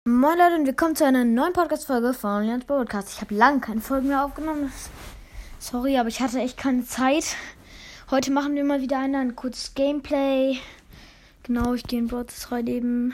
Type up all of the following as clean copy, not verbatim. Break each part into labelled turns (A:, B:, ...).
A: Moin Leute und willkommen zu einer neuen Podcast-Folge von Leons Podcast. Ich habe lange keine Folgen mehr aufgenommen. Sorry, aber ich hatte echt keine Zeit. Heute machen wir mal wieder ein kurzes Gameplay. Genau, ich gehe in Broadcast rein eben.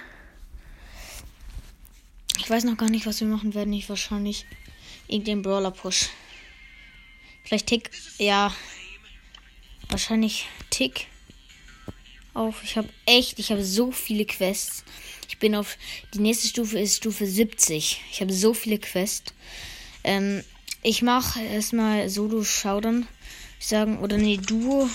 A: Ich weiß noch gar nicht, was wir machen werden. Ich wahrscheinlich irgendeinen Brawler-Push. Vielleicht Tick. Ja. Wahrscheinlich Tick. Auf. Ich habe so viele Quests. Ich bin auf, die nächste Stufe ist Stufe 70. Ich habe so viele Quests. Ich mache erstmal Solo-Showdown. Ich sagen, oder nee, Duo.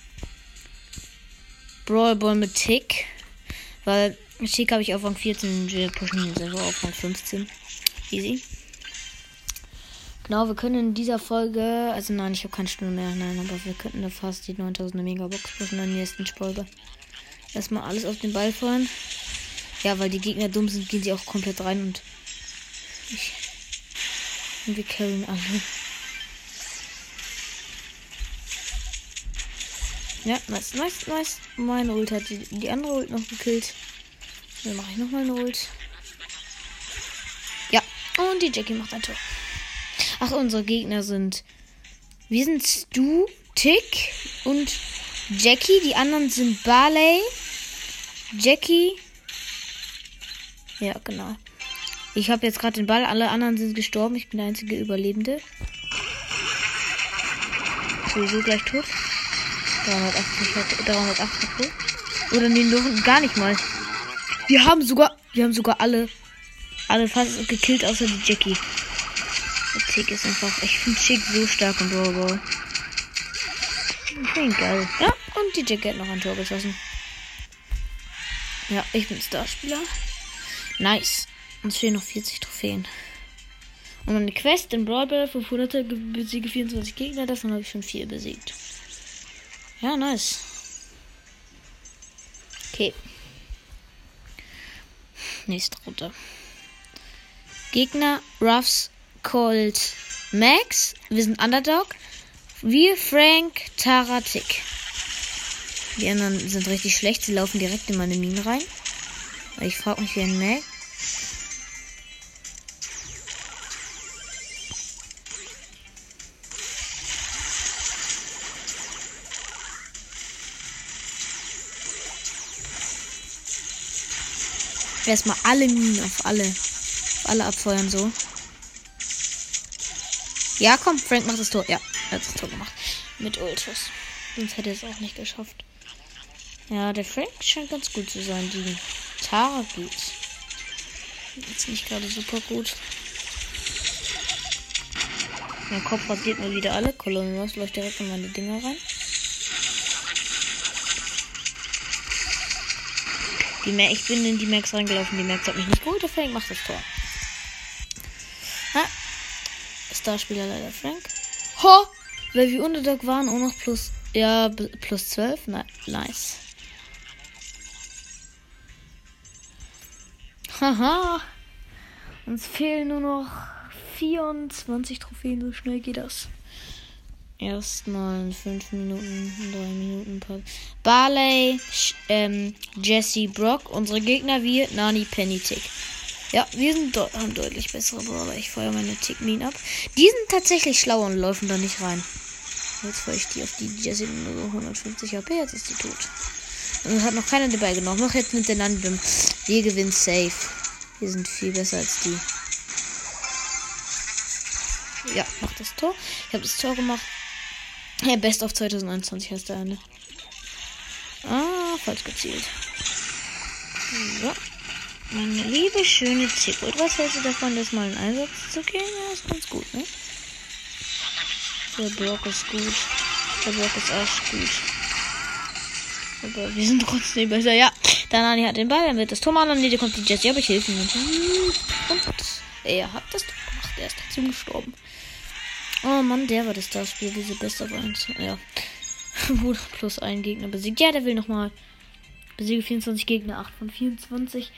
A: Brawl Ball mit Tick. Weil mit Tick habe ich auf Rang 14, wir pushen ihn selber auf Rang 15. Easy. Genau, wir können in dieser Folge, also nein, ich habe keine Stunde mehr, nein, aber wir könnten da fast die 9000 Megabox pushen in der nächsten Folge. Erstmal alles auf den Ball fahren. Ja, weil die Gegner dumm sind, gehen sie auch komplett rein und wir carryen alle. Ja, nice. Meine Ult hat die andere Ult noch gekillt. Dann mache ich nochmal eine Ult. Ja, und die Jackie macht ein Tor. Ach, unsere Gegner sind... Wir sind Stu, Tick und Jackie. Die anderen sind Barley, Jackie... Ja, genau. Ich habe jetzt gerade den Ball. Alle anderen sind gestorben. Ich bin der einzige Überlebende. Sowieso gleich tot. 380 tot. Oder nee, noch gar nicht mal. Wir haben sogar alle fast gekillt, außer die Jackie. Der Tick ist einfach... Ich finde Tick so stark im Brawl Ball. Ich finde ihn geil. Ja, und die Jackie hat noch ein Tor geschossen. Ja, ich bin Starspieler. Nice. Uns fehlen noch 40 Trophäen. Und eine Quest in Brawl Ball 500 besiege 24 Gegner. Davon habe ich schon 4 besiegt. Ja, nice. Okay. Nächste Runde. Gegner Ruffs, Colt, Max. Wir sind Underdog. Wir Frank, Tara, Tick. Die anderen sind richtig schlecht. Sie laufen direkt in meine Mine rein. Ich frage mich, wie ein Mac. Erstmal alle Minen auf alle abfeuern so. Ja, komm, Frank macht das Tor. Ja, er hat das Tor gemacht. Mit Ultras. Sonst hätte er es auch nicht geschafft. Ja, der Frank scheint ganz gut zu sein. Die Tara geht jetzt nicht gerade super gut. Mein Kopf rasiert mir wieder alle. Kolonnos läuft direkt in meine Dinger rein. Ich bin in die Max reingelaufen. Die Max hat mich nicht geholt. Der Frank macht das Tor. Starspieler leider Frank. Ho! Weil wir Underdog waren, auch noch plus 12. Nice. Haha. Uns fehlen nur noch 24 Trophäen. So schnell geht das. Erstmal in 5 Minuten, 3 Minuten. Barley, Jesse, Brock. Unsere Gegner, wir, Nani, Penny, Tick. Ja, wir haben deutlich bessere Brawler. Ich feuere meine Tick-Minen ab. Die sind tatsächlich schlauer und laufen da nicht rein. Jetzt feuere ich die auf die Jesse nur so 150 HP. Jetzt ist die tot. Und hat noch keiner dabei genommen. Noch jetzt mit der Nani. Wir gewinnen safe. Wir sind viel besser als die. Ja, macht das Tor. Ich habe das Tor gemacht. Ja, Best of 2021 heißt der eine. Falsch gezielt. So. Meine liebe, schöne Tick. Und was hältst du davon, das mal in Einsatz zu gehen? Ja, ist ganz gut, ne? Der Block ist gut. Der Block ist auch gut. Aber wir sind trotzdem besser. Ja, der Nani hat den Ball, dann wird das Tor machen. Und kommt die Jessie, aber ich helfe ihm. Und er hat das Tor gemacht. Er ist trotzdem gestorben. Oh Mann, der war das Starspiel, diese Best of 1. Ja. Wurde plus ein Gegner besiegt. Ja, der will nochmal. Besiege 24 Gegner, 8 von 24.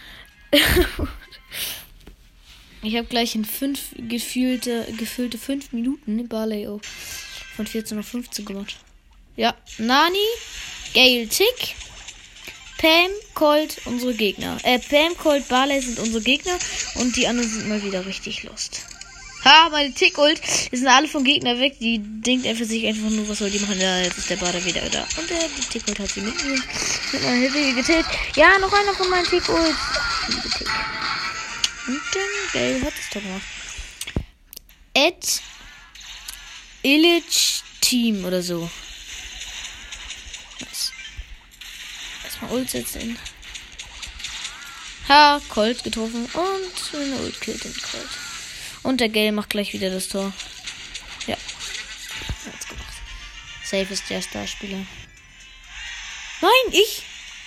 A: Ich habe gleich in gefüllte 5 Minuten Barley von 14 auf 15 gemacht. Ja, Nani, Gale, Tick, Pam, Colt, unsere Gegner. Pam, Colt, Barley sind unsere Gegner und die anderen sind mal wieder richtig lost. Ha, meine Tick-Ult. Die sind alle vom Gegner weg. Die denkt einfach sich einfach nur, was soll die machen? Ja, jetzt ist der Bader wieder da. Und die Tick-Ult hat sie mit meiner Hilfe getillt. Ja, noch einer von meinen Tick-Ults. Und dann, geil, hat es doch gemacht. Illich Team oder so. Nice. Erstmal Ult setzen. Ha, Colt getroffen. Und eine Ult killt den Colt. Und der Gale macht gleich wieder das Tor. Ja. Hat's gemacht. Safe ist der Starspieler. Nein, ich!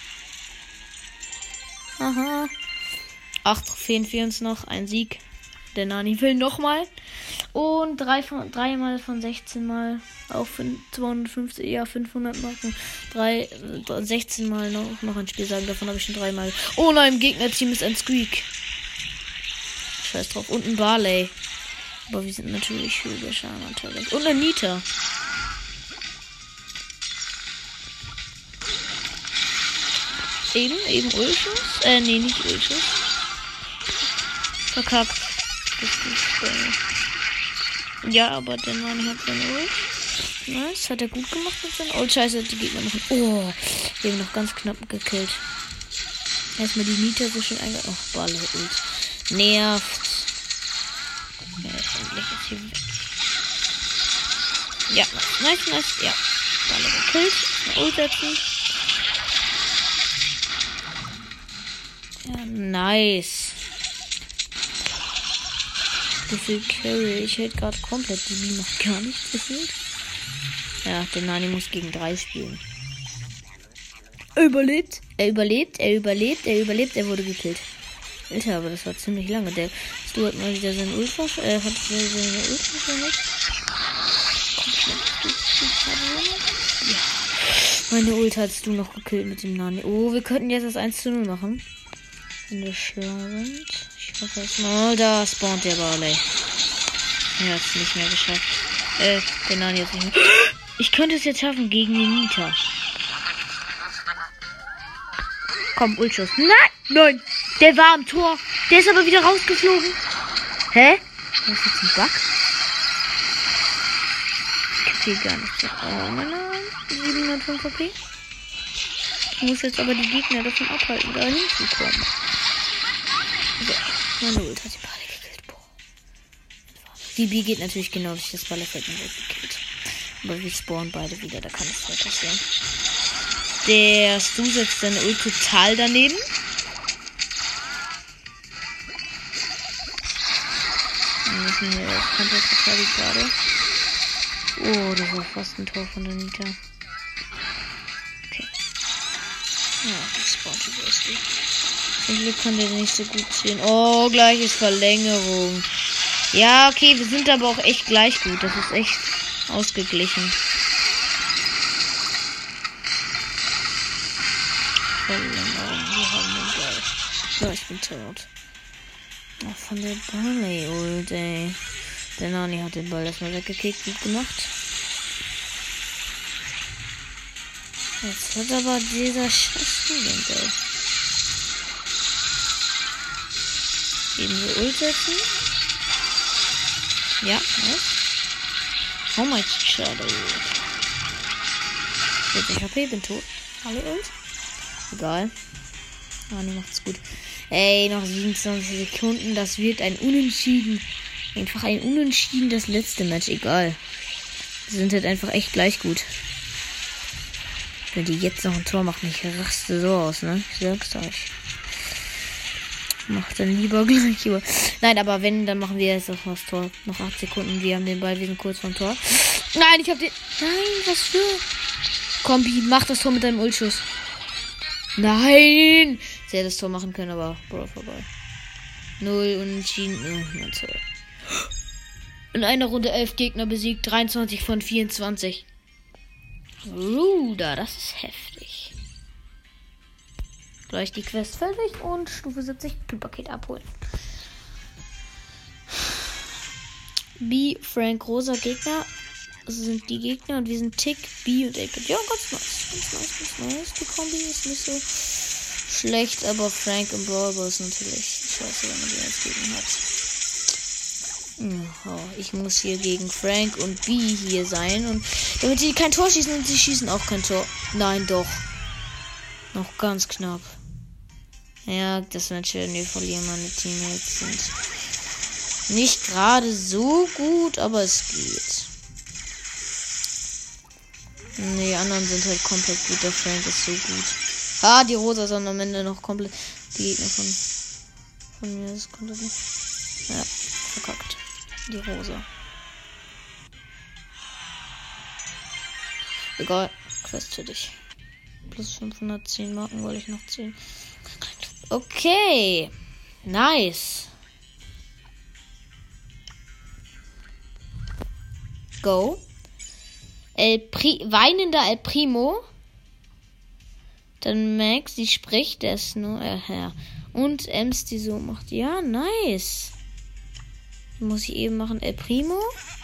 A: Aha. 8 Trophäen für uns noch. Ein Sieg. Der Nani will nochmal. Und 3 mal von 16 mal auf 250, ja 500 Marken. 16 mal noch ein Spiel sagen. Davon habe ich schon 3 mal. Oh nein, im Gegnerteam ist ein Squeak. Scheiß drauf. Und ein Barley. Aber wir sind natürlich über Schaden-Talent. Und ein Nita. Eben Ulschuss. Nee, nicht Ulschuss. Verkackt. Ja, aber der Mann hat seine Ult. Nice, hat er gut gemacht mit seinem Ult. Scheiße, die Gegner machen. Oh, die haben noch ganz knapp gekillt. Erstmal die Nita so schön einge... Oh, Barley Ult. Nervt. Ja, endlich ist hier weg. Ja, nice. Ja. Barley gekillt. Ult setzen. Ja, nice. Gefühlt Carry. Ich hält gerade komplett. Die B macht gar nichts gefühlt. Ja, der Nani muss gegen 3 spielen. Er überlebt. Er wurde gekillt. Alter, aber das war ziemlich lange. Der Stu hat mal wieder seinen Ultra. Hat seine Ultra nicht. Ja. Meine Ult hast du noch gekillt mit dem Nani. Oh, wir könnten jetzt das 1:0 machen. Wenn wir schlau sind. Ich hoffe es mal. Da spawnt der Barley. Er hat es nicht mehr geschafft. Der Nani jetzt nicht mehr. Ich könnte es jetzt schaffen gegen den Nita. Komm, Ultschuss. Nein! Der war am Tor. Der ist aber wieder rausgeflogen. Hä? Das ist jetzt ein Bug? Ich kriege gar nichts. Oh nein. 705 KP. Ich muss jetzt aber die Gegner davon abhalten, da hinzukommen. So, meine Ult hat die Barley gekillt. Boah. Die B geht natürlich genau durch das Ballefeld und wird gekillt. Aber wir spawnen beide wieder, da kann es nicht passieren. Der Stu setzt seine Ult total daneben. Wir müssen hier auf komplett verteidigt gerade. Oh, das war fast ein Tor von der Nita. Okay. Ja, das spawnt über SD. Zum Glück kann der nicht so gut ziehen. Oh, gleich ist Verlängerung. Ja, okay, wir sind aber auch echt gleich gut. Das ist echt ausgeglichen. Verlängerung, wir haben den Ball. Ja, ich bin tot. Ach, von der Barley Ult, ey. Der Nani hat den Ball erstmal weggekickt, gut gemacht. Jetzt hat aber dieser Scheiß-Student, ey. Ebenso Ult setzen. Ja, nice. Oh mein Shadow. 40 HP, bin tot. Alle Ult. Egal. Nani macht's gut. Ey, noch 27 Sekunden. Das wird ein Unentschieden. Einfach ein Unentschieden, das letzte Match. Egal. Wir sind halt einfach echt gleich gut. Wenn die jetzt noch ein Tor machen, ich raste so aus, ne? Ich sag's euch. Macht dann lieber gleich über. Nein, aber wenn, dann machen wir jetzt auch das Tor. Noch 8 Sekunden. Wir haben den Ball, wir sind kurz vom Tor. Nein, ich hab den. Nein, was für. Kombi, mach das Tor mit deinem Ultschuss. Nein! Sie hätte das Tor machen können, aber Bro, vorbei. 0 Unentschieden. Oh, mein Zoll. In einer Runde 11 Gegner besiegt. 23 von 24. Bruder, das ist heftig. Gleich die Quest fertig und Stufe 70 Paket abholen. B, Frank, Rosa Gegner. Das sind die Gegner und wir sind Tick, B und 8-Bit. Ja, ganz nice. Die Kombi ist nicht so schlecht, aber Frank im Brawl Ball ist natürlich scheiße, wenn man die als Gegner hat. Oh, ich muss hier gegen Frank und B hier sein. Und damit sie kein Tor schießen und sie schießen auch kein Tor. Nein, doch. Noch ganz knapp. Ja, das Match werden wir verlieren. Meine Teammates sind nicht gerade so gut, aber es geht. Ne, die anderen sind halt komplett gut. Der Frank ist so gut. Ah, die Rosa ist am Ende noch komplett. Die Gegner von mir ist komplett nicht. Ja, verkackt. Die Rosa. Egal. Quest für dich. Plus 510 Marken wollte ich noch ziehen. Okay. Nice. Go. Weinender El Primo. Dann Max, die spricht, der ist nur Herr. Und Ems, die so macht. Ja, nice. Muss ich eben machen. El Primo.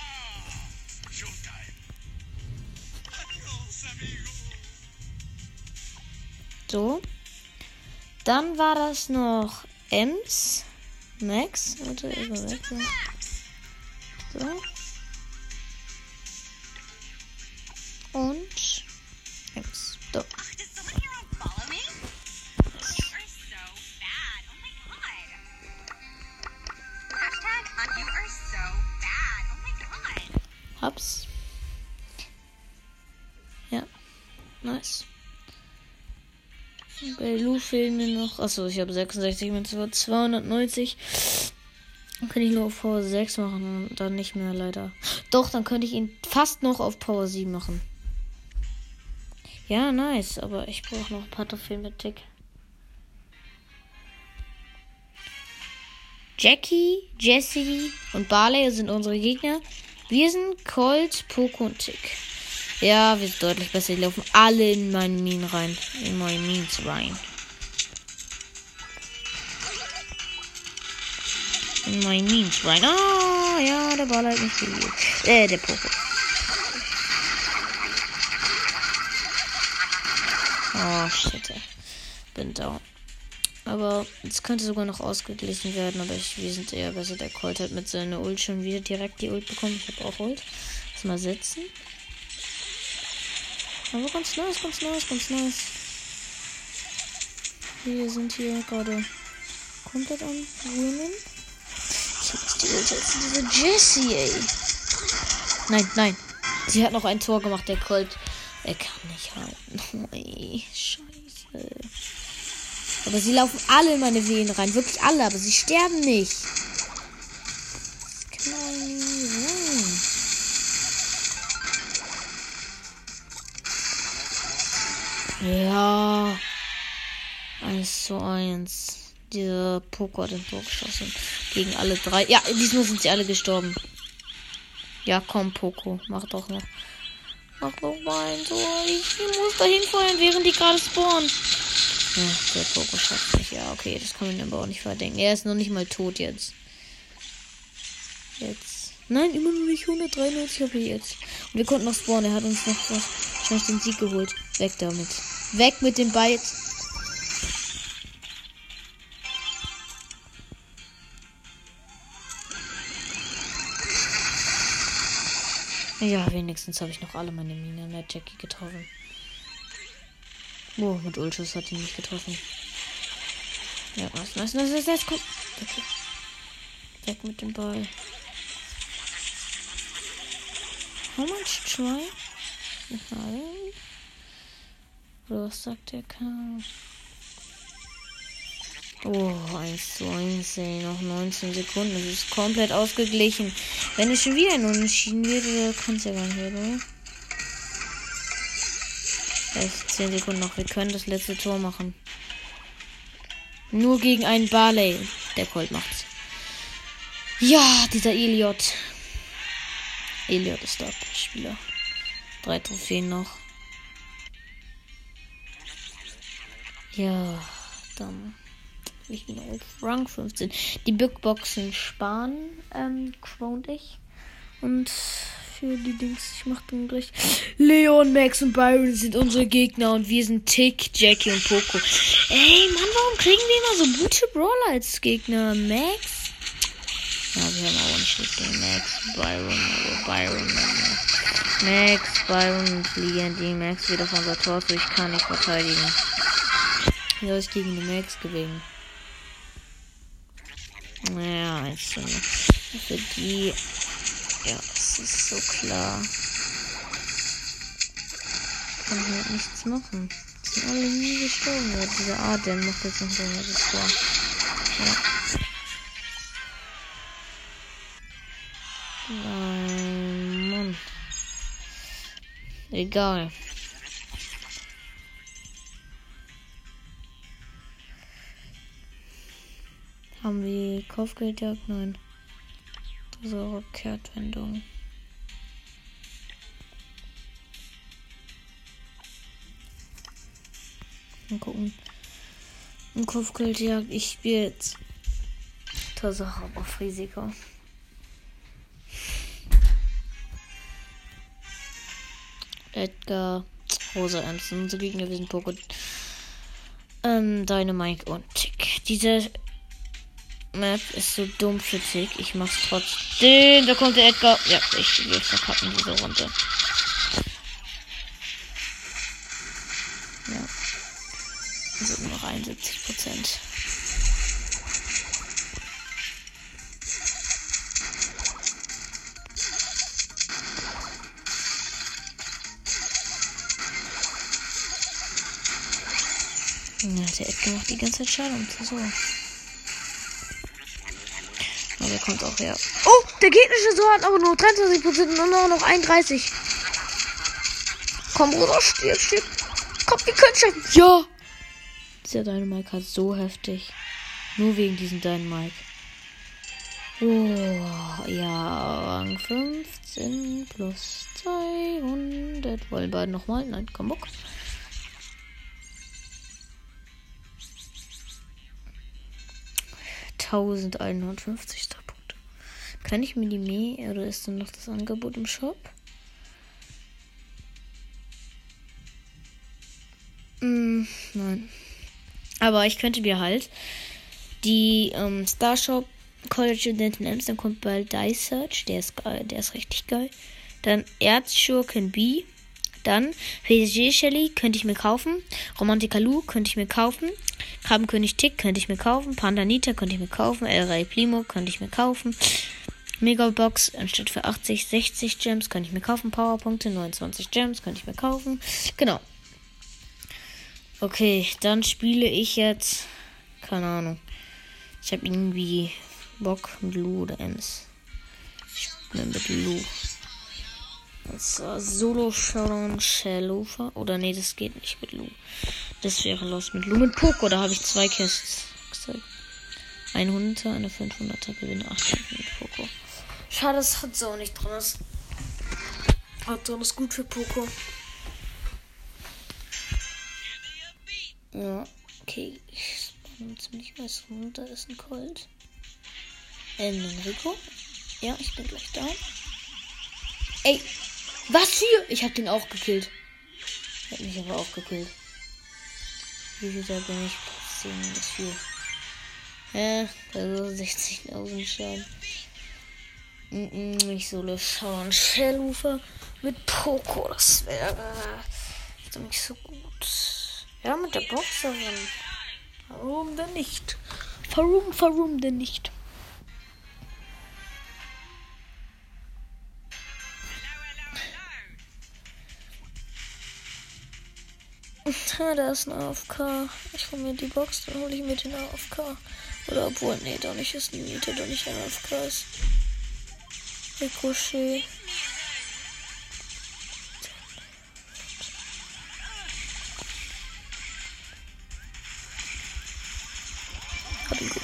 A: So. Dann war das noch Ems. Max. Warte, überwechseln. So. Und Ems. So. Hab's. Ja. Nice. Bei Lu fehlen mir noch. Achso, ich habe 66 mit 290. Dann kann ich nur auf Power 6 machen und dann nicht mehr leider. Doch, dann könnte ich ihn fast noch auf Power 7 machen. Ja, nice. Aber ich brauche noch ein paar Trophäen mit Tick. Jackie, Jessie und Barley sind unsere Gegner. Wir sind Colt, Poco und Tick. Ja, wir sind deutlich besser. Die laufen alle in meine Minen rein. In meine Mines rein. In meine Mines rein. Ah, ja, der Barley hat nicht viel. Der Poco. Oh, shit. Bin down. Aber es könnte sogar noch ausgeglichen werden, aber wir sind eher besser. Der Colt hat mit seiner Ult schon wieder direkt die Ult bekommen. Ich habe auch Ult. Lass mal setzen. Aber ganz nice, ganz nice, ganz nice. Wir sind hier gerade komplett am Winnen. Ich muss die Ult setzen, diese Jessie, ey. Nein, nein. Sie hat noch ein Tor gemacht, der Colt. Er kann nicht halten. Oh, ey, scheiße. Aber sie laufen alle in meine Venen rein. Wirklich alle, aber sie sterben nicht. Ja. 1:1. Dieser Poco hat den Tor geschossen. Gegen alle drei. Ja, diesmal sind sie alle gestorben. Ja, komm, Poco. Mach doch noch. Mach doch mal ein Tor. Ich muss da hinfallen, während die gerade spawnen. Ja, der Poco schafft nicht. Ja, okay, das kann man aber auch nicht verdenken. Er ist noch nicht mal tot jetzt. Nein, immer noch nicht 193 HP jetzt. Und wir konnten noch spawnen. Er hat uns noch wahrscheinlich den Sieg geholt. Weg damit. Weg mit dem Ball. Ja, wenigstens habe ich noch alle meine Minen an der Jackie getroffen. Oh, mit Ultras hat ihn nicht getroffen. Ja, nice. Komm. Weg mit dem Ball. How much try? Oder was sagt der Kampf? Oh, 1:1, ey. Noch 19 Sekunden. Das ist komplett ausgeglichen. Wenn es schon wieder ein Unentschieden wird, kann es ja gar nicht werden, oder? 10 Sekunden noch. Wir können das letzte Tor machen. Nur gegen einen Barley. Der Colt macht's. Ja, dieser Elliot. Elliot ist der Spieler. 3 Trophäen noch. Ja, dann ich bin auf Rang 15. Die Big Boxen sparen, Crown ich. Und für die Dings. Ich mach dann gleich. Leon, Max und Byron sind unsere Gegner und wir sind Tick, Jackie und Poco. Ey, Mann, warum kriegen wir immer so gute Brawler als Gegner? Max? Ja, wir haben auch nicht gegen Max, Byron. Max, Byron und Leon. Die Max wieder von der Tor, so ich kann nicht verteidigen. Wie soll ich gegen die Max gewinnen? Naja, also für die. Ja, es ist so klar. Kann halt nichts machen. Die sind alle nie gestorben. Ja, dieser Arden macht jetzt noch so das Tor. Ja. Nein, Mann. Egal. Haben wir Kopfgeldjagd? Nein. So, Kehrtwendung. Mal gucken. Ein Kopfgeldjagd. Ich spiele jetzt Tatsache auf Risiko. Edgar, Rosa Ernst. Unsere Gegner, wir sind Poco, Dynamite und Tick. Diese Map ist so dumm für Tick. Ich mach's trotzdem. Da kommt der Edgar. Ja, wir verkacken diese Runde. Ja. Also nur noch 71%. Ja, der Edgar macht die ganze Zeit Schaden. So. Aber der kommt auch her. Oh, der gegnerische so hat aber nur 23% und nur noch 31. Komm, Bruder, stirb. Komm, wir können schaffen. Ja. Dieser Dynamite hat so heftig. Nur wegen diesem Dynamite. Oh, ja, Rang 15 plus 200. Wollen beide nochmal? Nein, komm, Bock. $1150 Punkte. Kann ich mir die mehr oder ist dann noch das Angebot im Shop? Nein. Aber ich könnte mir halt die Starshop College of Denton Ems, dann kommt bald Dice Search, der ist geil, der ist richtig geil. Dann Erzschurken B. Dann PSG Shelly könnte ich mir kaufen. Romantica Lu könnte ich mir kaufen. Krabbenkönig Tick könnte ich mir kaufen. Pandanita könnte ich mir kaufen. El Rey Primo könnte ich mir kaufen. Megabox anstatt für 80, 60 Gems könnte ich mir kaufen. Powerpunkte 29 Gems könnte ich mir kaufen. Genau. Okay, dann spiele ich jetzt. Keine Ahnung. Ich habe irgendwie Bock mit Lu oder Ems. Ich spiele mit Lu. Das war Solo Showdown Shellofer. Oder nee, das geht nicht mit Lu. Das wäre los mit Lu. Mit Poco, da habe ich 2 Quests gezeigt. Ein 100er, eine 500er gewinne 800 mit Poco. Schade, das hat so nicht drin. Das hat drin ist gut für Poco. Ja, okay. Ich bin ziemlich weiß. Da ist ein Colt. Rico. Ja, ich bin gleich da. Ey, was hier? Ich hab den auch gekillt. Er hat mich aber auch gekillt. Wie viel da bin ich? 10 bis 4. Also 60.000 Schaden. Nicht so schauen. Shellufer mit Poco. Das wäre doch nicht so gut. Ja, mit der Boxerin. Warum denn nicht? Warum denn nicht? Da ist ein AFK. Ich hole mir die Box, dann hole ich mir den AFK. Oder obwohl, nee, doch nicht ist ein Mieter, doch nicht ein AFK ist. Ricochet. Hab ihn gut.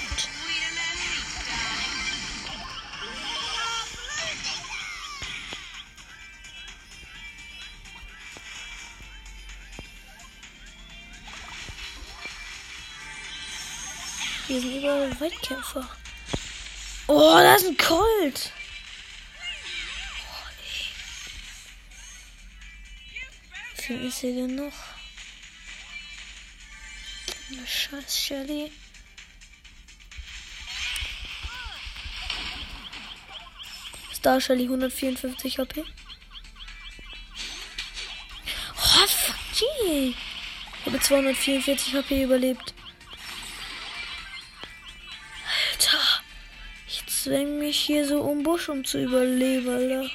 A: Hier sind überall Weitkämpfer. Oh, da ist ein Colt. Ich sehe den noch. Eine scheiß Shelly. Star Shelly 154 HP. Oh, fuck G. Ich habe 244 HP überlebt. Alter. Ich zwäng mich hier so um Busch, um zu überleben, Alter.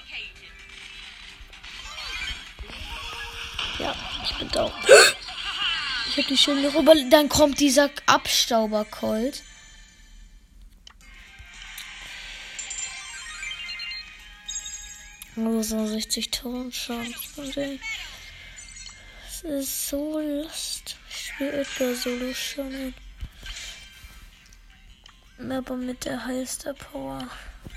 A: Ja, ich bin down. Ich hab die Schilde rüber. Dann kommt dieser Abstauber-Colt. Aber so 60.000 Schaden von denen. Das ist so lust. Ich spiele Edgar Solo schon. Aber mit der Heister Power.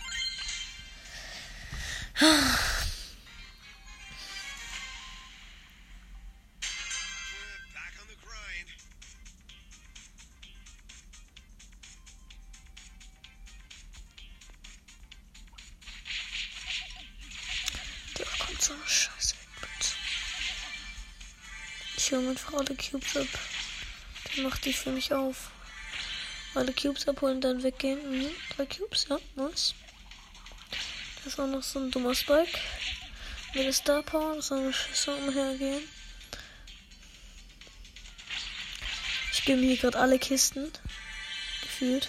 A: Da kommt so eine Scheiße. Ich hole einfach alle Cubes ab. Dann macht die für mich auf. Alle Cubes abholen, dann weggehen. 3 Cubes, ja, nice. Da ist auch noch so ein dummer Spike. Mit der Star Power, das soll eine Schüsse umhergehen. Ich gebe mir hier gerade alle Kisten. Gefühlt.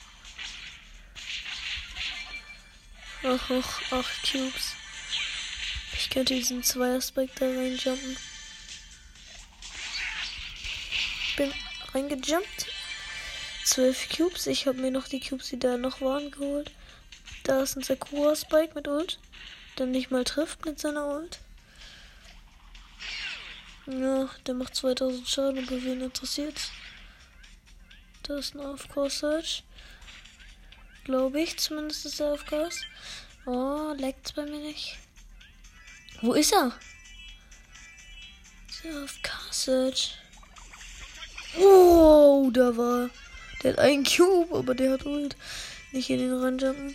A: Ach, 8 Cubes. Ich könnte diesen Zweier-Spike da reinjumpen. Bin reingejumpt. 12 Cubes. Ich habe mir noch die Cubes, die da noch waren, geholt. Da ist ein Sakura-Spike mit Ult. Der nicht mal trifft mit seiner Ult. Ja, der macht 2000 Schaden, aber wen interessiert's? Da ist ein AFK-Search. Glaube ich, zumindest ist er AFK. Oh, leckt's bei mir nicht. Wo ist er? Der AFK-Search. Oh, da war. Der hat einen Cube, aber der hat Ult. Nicht in den ranjumpen.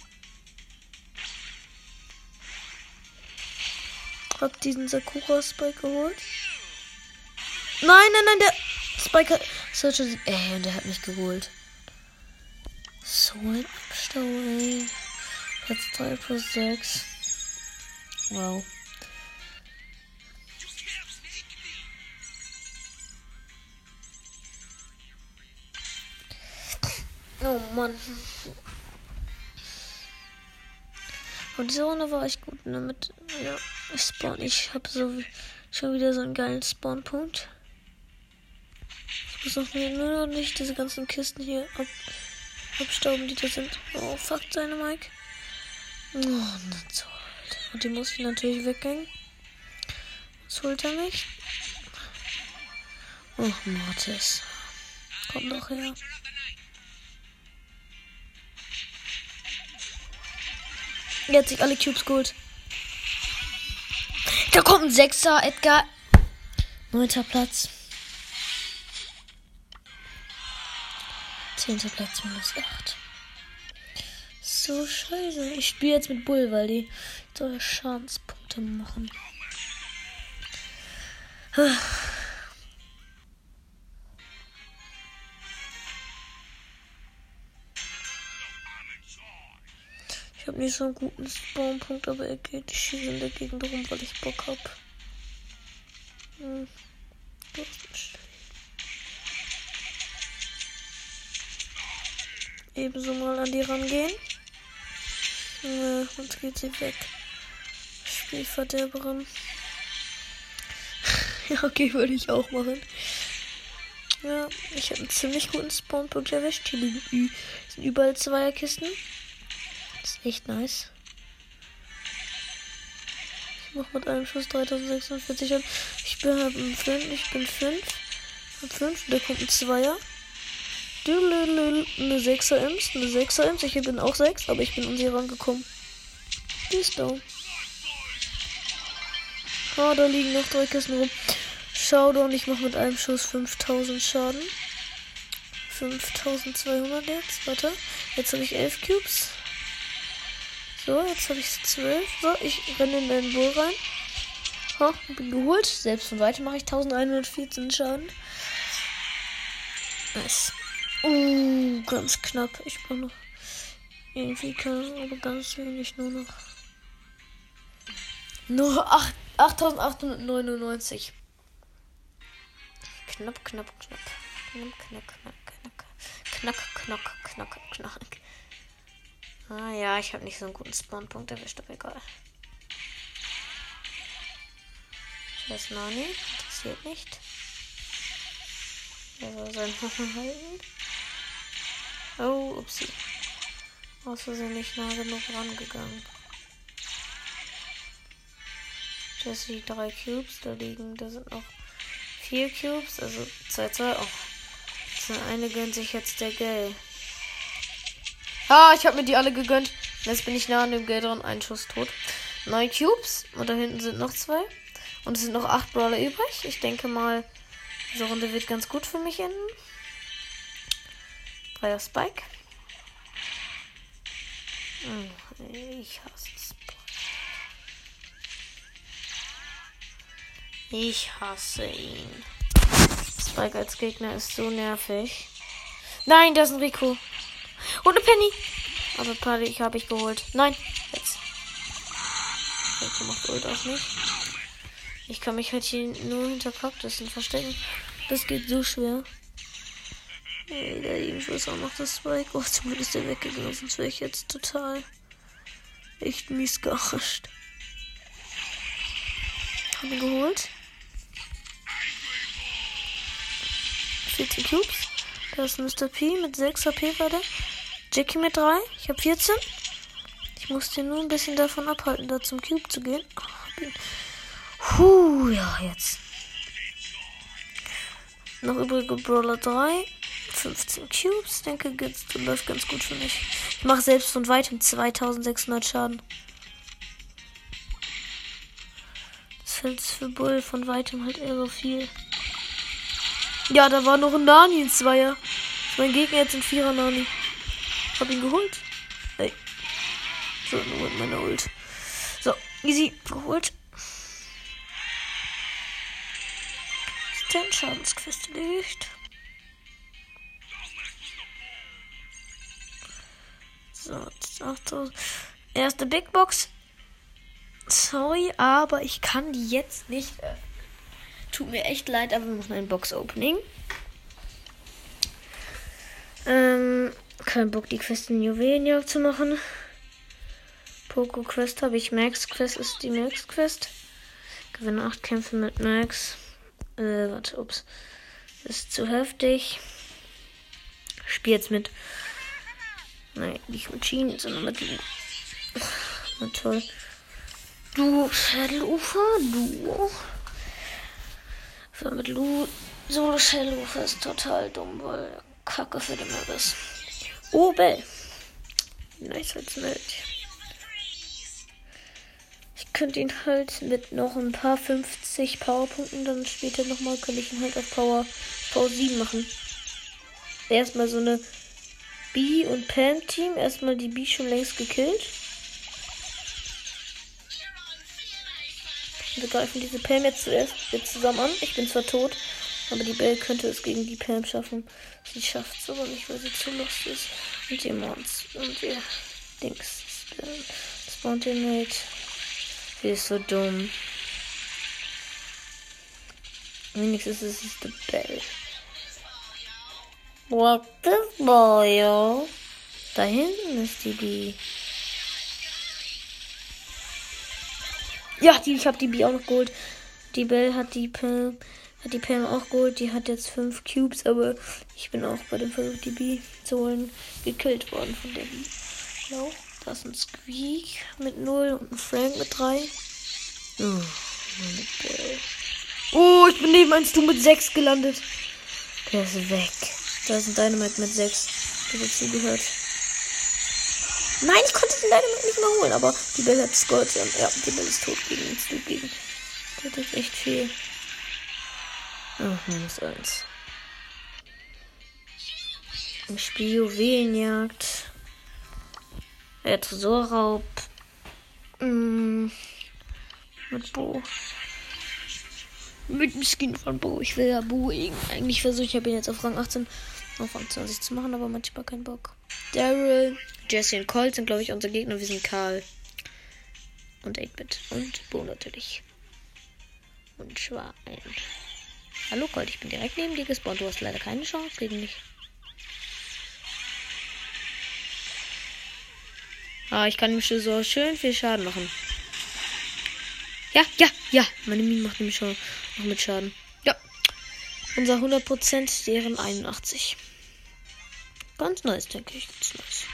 A: Hab diesen Sakura-Spike geholt. Nein, der Spike hat. Und der hat mich geholt. So ein Abstau, ey. Platz 3 plus 6. Wow. Oh Mann. Und diese Runde war echt gut, ne? Ja, ich habe so schon wieder so einen geilen Spawnpunkt. Ich muss auch nur nicht diese ganzen Kisten hier abstauben, die da sind. Oh, fuck, seine Mike. Oh, nicht so, Alter. Und die muss ich natürlich weggehen. Was holt er mich? Oh, Mortis. Komm doch her. Er hat sich alle Cubes geholt. Da kommt ein 6er, Edgar. 9. Platz. 10. Platz minus 8. So scheiße. Ich spiele jetzt mit Bull, weil die so Schadenspunkte machen. Ich habe nicht so einen guten Spawnpunkt, aber er geht. Ich schieße in der Gegend rum, weil ich Bock hab. Ebenso mal an die rangehen. Ja, sonst geht sie weg. Spielverderberin. Ja, okay, würde ich auch machen. Ja, ich habe einen ziemlich guten Spawnpunkt erwischt. Hier sind überall Zweierkisten. Das ist echt nice. Ich mache mit einem Schuss 3046 und ich bin 5. Hab 5. Da kommt ein Zweier. Eine 6er Imps. Eine 6er Imps. Ich bin auch 6, aber ich bin an sie rangekommen. Die ist down. Oh, da liegen noch 3 Kisten rum. Showdown. Ich mache mit einem Schuss 5000 Schaden. 5200 jetzt. Warte. Jetzt habe ich 11 Cubes. So, jetzt habe ich 12. So, ich renne in den Bull rein. Ha, bin geholt. Selbst von weitem mache ich 1114 Schaden. Nice. Ganz knapp. Ich brauche noch irgendwie, aber ganz wenig nur noch. Nur 8899. Knapp. Knack. Ah ja, ich habe nicht so einen guten Spawnpunkt erwischt, aber egal. Scheiß Nani, interessiert nicht. Er soll seinen Hoffen halten. Oh, upsie. Aus Versehen nicht nah genug rangegangen. Das sind die 3 Cubes, da sind noch 4 Cubes, also 2. Oh, so eine gönnt sich jetzt der Gale. Ich habe mir die alle gegönnt. Jetzt bin ich nah an dem Gale dran. Ein Schuss tot. 9 Cubes. Und da hinten sind noch 2. Und es sind noch 8 Brawler übrig. Ich denke mal, diese Runde wird ganz gut für mich enden. 3 auf Spike. Ich hasse Spike. Ich hasse ihn. Spike als Gegner ist so nervig. Nein, da ist ein Rico. Und eine Penny. Aber Party habe ich geholt. Nein, jetzt. Rico macht Ult auch nicht. Ich kann mich halt hier nur hinter Kaktussen verstecken. Das geht so schwer. Ey, der Nebenschuss auch noch das Spike. Oh, zum Glück ist der weggegangen. Sonst wäre ich jetzt total echt mies gearscht. Hab ihn geholt. 14 Cubes. Da ist Mr. P mit 6 HP weiter. Jackie mit 3. Ich habe 14. Ich muss den nur ein bisschen davon abhalten, da zum Cube zu gehen. Ja, jetzt. Noch übrige Brawler 3. 15 Cubes. Denke, das läuft ganz gut für mich. Ich mache selbst von weitem 2600 Schaden. Das fällt für Bull von weitem halt eher so viel. Ja, da war noch ein Nani in 2er. Mein Gegner jetzt ein 4er Nani. Hab ihn geholt. Ey. So, nur mit meiner Ult. So, easy. Geholt. 10 Schadensquest erledigt. So, 8000. Erste Big Box. Sorry, aber ich kann die jetzt nicht öffnen. Tut mir echt leid, aber wir machen ein Box-Opening. Kein Bock, die Quest in Juwelenjagd zu machen. Poco Quest habe ich. Max Quest ist die Max Quest. Gewinne 8 Kämpfe mit Max. Ups. Ist zu heftig. Spiel jetzt mit. Nein, nicht mit Schienen, sondern mit Lu. Na toll. Du, Schädelufer, du. Mit Lu. Solo Schädelufer ist total dumm, weil er Kacke für den Map ist. Oh, Bell. Nice als Meld. Ich könnte ihn halt mit noch ein paar 50 Powerpunkten dann später nochmal, könnte ich ihn halt auf Power 7 machen. Erstmal so eine B und Pam Team. Erstmal die B schon längst gekillt. Wir greifen diese Pam jetzt zusammen an. Ich bin zwar tot, aber die Belle könnte es gegen die Pam schaffen. Sie schafft es aber nicht, weil sie zu lost ist. Und ihr Mons und ihr Dings spawnt ihr Mate. Sie ist so dumm. Wenigstens ist es die Belle. What the boy? Da hinten ist die B. Ja, ich habe die B auch noch geholt. Die Belle hat die Pam auch geholt. Die hat jetzt 5 Cubes, aber ich bin auch bei dem Versuch, die B zu holen, gekillt worden von der B. No. Da ist ein Squeak mit 0 und ein Frank mit 3. Oh, ich bin neben einem Stu mit 6 gelandet. Der ist weg. Da ist ein Dynamite mit 6. Der dazu gehört. Nein, ich konnte den Dynamite nicht mehr holen, aber die Belle hat Gold. Ja, die Belle ist tot gegen den Stu gegen. Das ist echt viel. -1. Ich spiele Juwelenjagd. Tresorraub. Mit Bo. Mit dem Skin von Bo. Ich will ja Bo eigentlich versuchen. Ich habe ihn jetzt auf Rang 18, auf Rang 20 zu machen, aber manchmal keinen Bock. Daryl, Jesse und Colt sind, glaube ich, unsere Gegner. Wir sind Karl und 8-Bit und Bo natürlich. Und Schwein. Hallo Colt, ich bin direkt neben dir gespawnt. Du hast leider keine Chance gegen mich. Ah, ich kann ihm schon so schön viel Schaden machen. Ja. Meine Mine macht nämlich schon noch mit Schaden. Ja. Unser 100%, deren 81. Ganz nice, denke ich. Ganz nice.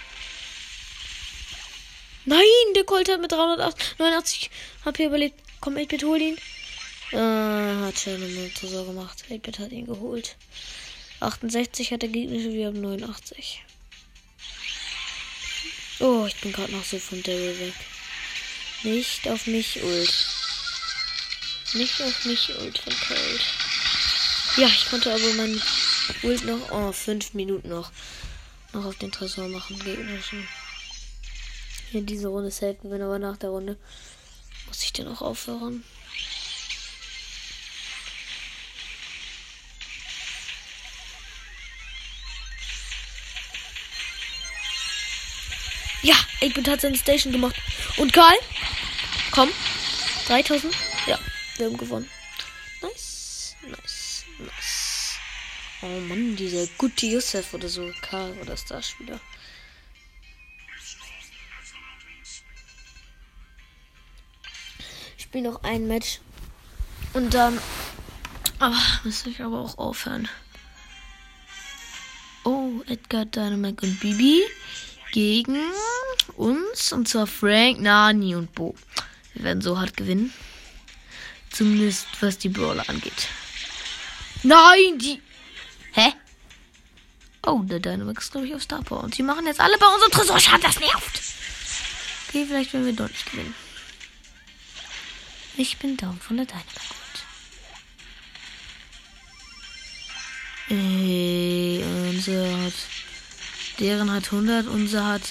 A: Nein, der Colt hat mit 389 HP überlebt. Komm, 8-Bit, hol ihn. Hat schon eine Tresor gemacht. 8-Bit hat ihn geholt. 68 hat der Gegner, wir haben 89. Oh, ich bin gerade noch so von Daryl weg. Nicht auf mich ult. Nicht auf mich ult von Colt. Ja, ich konnte aber mein Ult noch, 5 Minuten noch auf den Tresor machen. Gegnerischen. Hier diese Runde selten, wenn aber nach der Runde muss ich den auch aufhören. Ja, 8-Bit hat seine Station gemacht. Und Karl? Komm. 3000. Ja, wir haben gewonnen. Nice. Oh Mann, dieser gute Yusuf oder so. Karl oder Starspieler. Ich spiele noch ein Match. Und dann müsste ich aber auch aufhören. Oh, Edgar, Dynamite und Bibi gegen uns. Und zwar Frank, Nani und Bo. Wir werden so hart gewinnen. Zumindest was die Brawler angeht. Nein, die... Hä? Oh, der Dynamite ist, glaube ich, auf Star Power. Und sie machen jetzt alle bei unserem Tresorschaden. Das nervt. Okay, vielleicht werden wir dort nicht gewinnen. Ich bin down von der Dynamite. Unser hat... Deren hat 100, unser hat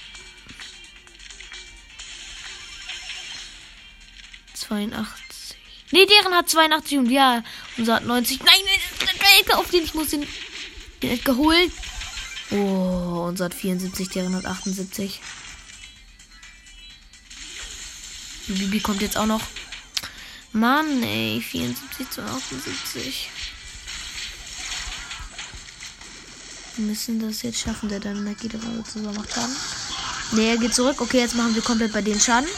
A: 82. Nee, deren hat 82 und ja, unser hat 90. Nein, auf den, ich muss den Edgar holen. Oh, unser hat 74, deren hat 78. Die Bibi kommt jetzt auch noch. Mann, ey, 74 zu 78. Wir müssen das jetzt schaffen, der dann geht auf alle zusammen macht Schaden. Ne, er geht zurück. Okay, jetzt machen wir komplett bei denen Schaden.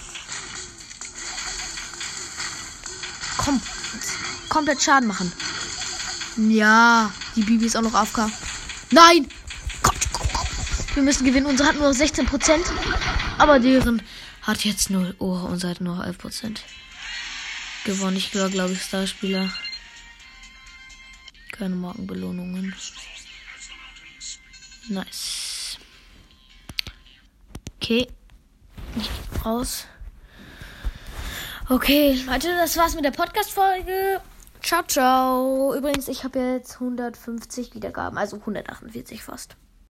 A: Komm, komplett Schaden machen. Ja, die Bibi ist auch noch AFK. Nein! Komm. Wir müssen gewinnen. Unsere hat nur 16%. Aber deren hat jetzt 0. Oh, unsere hat nur 11%. Gewonnen. Ich glaube ich, Starspieler. Keine Markenbelohnungen. Nice. Okay. Ich geh raus. Okay, Leute, das war's mit der Podcast-Folge. Ciao, ciao. Übrigens, ich habe jetzt 150 Wiedergaben, also 148 fast.